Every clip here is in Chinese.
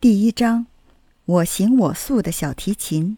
第1章，我行我素的小提琴。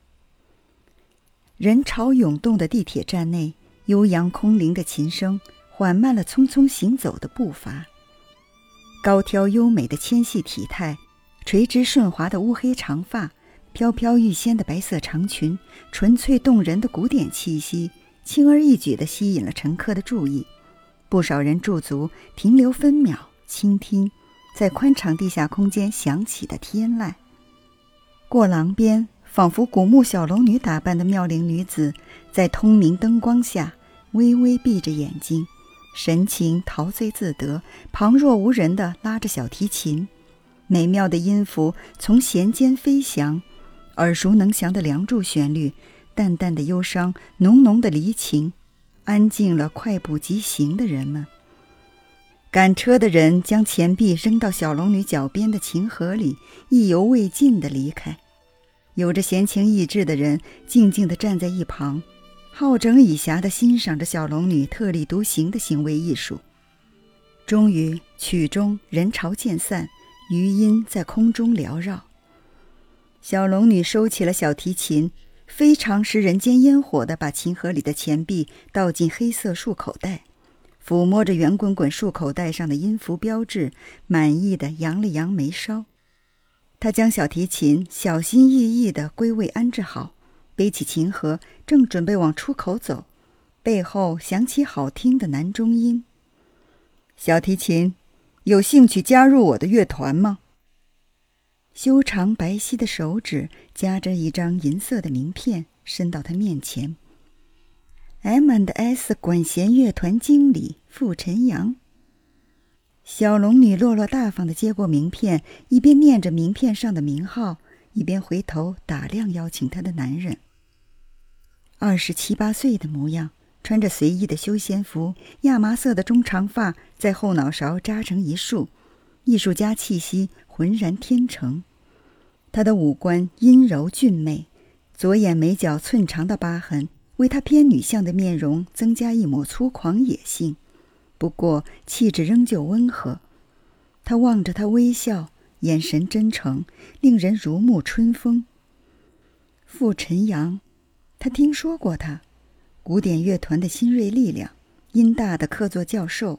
人潮涌动的地铁站内，悠扬空灵的琴声缓慢了匆匆行走的步伐。高挑优美的纤细体态，垂直顺滑的乌黑长发，飘飘欲仙的白色长裙，纯粹动人的古典气息，轻而易举地吸引了乘客的注意。不少人驻足停留分秒，倾听在宽敞地下空间响起的天籁。过廊边，仿佛古木小龙女打扮的妙龄女子，在通明灯光下微微闭着眼睛，神情陶醉自得，旁若无人地拉着小提琴。美妙的音符从弦间飞翔，耳熟能详的梁祝旋律，淡淡的忧伤，浓浓的离情，安静了快步疾行的人们。赶车的人将钱币扔到小龙女脚边的琴盒里，意犹未尽地离开。有着闲情逸致的人静静地站在一旁，好整以暇地欣赏着小龙女特立独行的行为艺术。终于，曲终人潮渐散，余音在空中缭绕。小龙女收起了小提琴，非常食人间烟火地把琴盒里的钱币倒进黑色束口袋，抚摸着圆滚滚束口袋上的音符标志，满意地扬了扬眉梢。他将小提琴小心翼翼地归位安置好，背起琴盒，正准备往出口走，背后响起好听的男中音：“小提琴，有兴趣加入我的乐团吗？”修长白皙的手指夹着一张银色的名片伸到他面前。M&S 管弦乐团经理傅晨阳。小龙女落落大方地接过名片，一边念着名片上的名号，一边回头打量邀请她的男人。27、8岁的模样，穿着随意的休闲服，亚麻色的中长发在后脑勺扎成一束，艺术家气息浑然天成。她的五官阴柔俊美，左眼眉角寸长的疤痕为她偏女相的面容增加一抹粗犷野性，不过气质仍旧温和。他望着她微笑，眼神真诚，令人如沐春风。傅晨阳，他听说过他，古典乐团的新锐力量，音大的客座教授，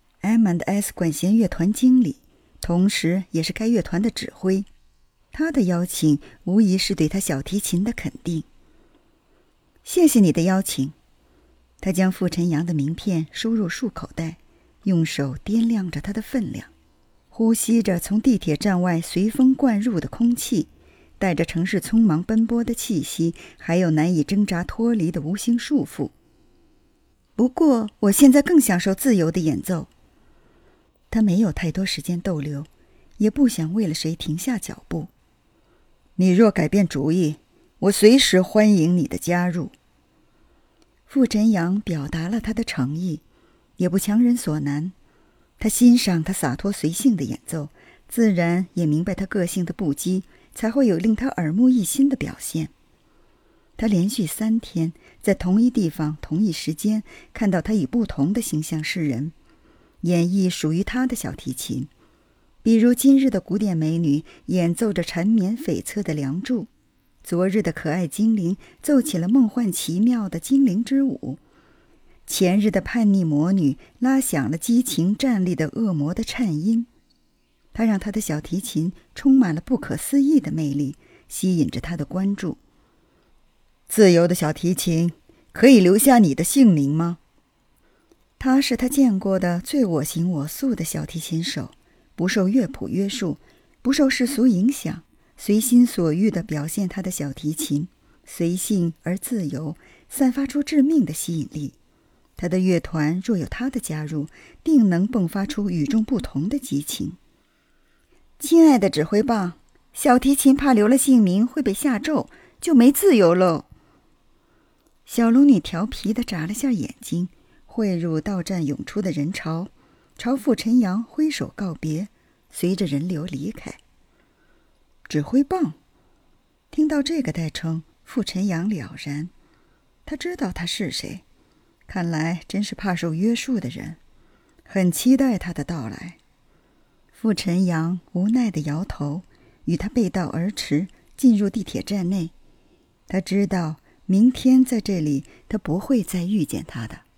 M&S 管弦乐团经理，同时也是该乐团的指挥。他的邀请无疑是对他小提琴的肯定。谢谢你的邀请。他将傅晨阳的名片收入束口袋，用手掂量着它的分量，呼吸着从地铁站外随风灌入的空气，带着城市匆忙奔波的气息，还有难以挣扎脱离的无形束缚。不过我现在更享受自由的演奏。他没有太多时间逗留，也不想为了谁停下脚步。你若改变主意，我随时欢迎你的加入。傅晨阳表达了他的诚意，也不强人所难。他欣赏他洒脱随性的演奏，自然也明白他个性的不羁，才会有令他耳目一新的表现。他连续3天在同一地方同一时间看到他以不同的形象示人，演绎属于他的小提琴。比如今日的古典美女演奏着缠绵悱恻的梁祝，昨日的可爱精灵奏起了梦幻奇妙的精灵之舞，前日的叛逆魔女拉响了激情战栗的恶魔的颤音。他让他的小提琴充满了不可思议的魅力，吸引着他的关注。自由的小提琴，可以留下你的姓名吗？他是他见过的最我行我素的小提琴手，不受乐谱约束，不受世俗影响，随心所欲地表现他的小提琴，随性而自由，散发出致命的吸引力。他的乐团若有他的加入，定能迸发出与众不同的激情。亲爱的指挥棒，小提琴怕留了姓名会被下咒，就没自由喽。小龙女调皮地眨了下眼睛，汇入到站涌出的人潮，朝傅晨阳挥手告别，随着人流离开。指挥棒，听到这个代称，傅晨阳了然。他知道他是谁，看来真是怕受约束的人，很期待他的到来。傅晨阳无奈地摇头， 与他背道而驰，进入地铁站内。他知道明天在这里他不会再遇见他的。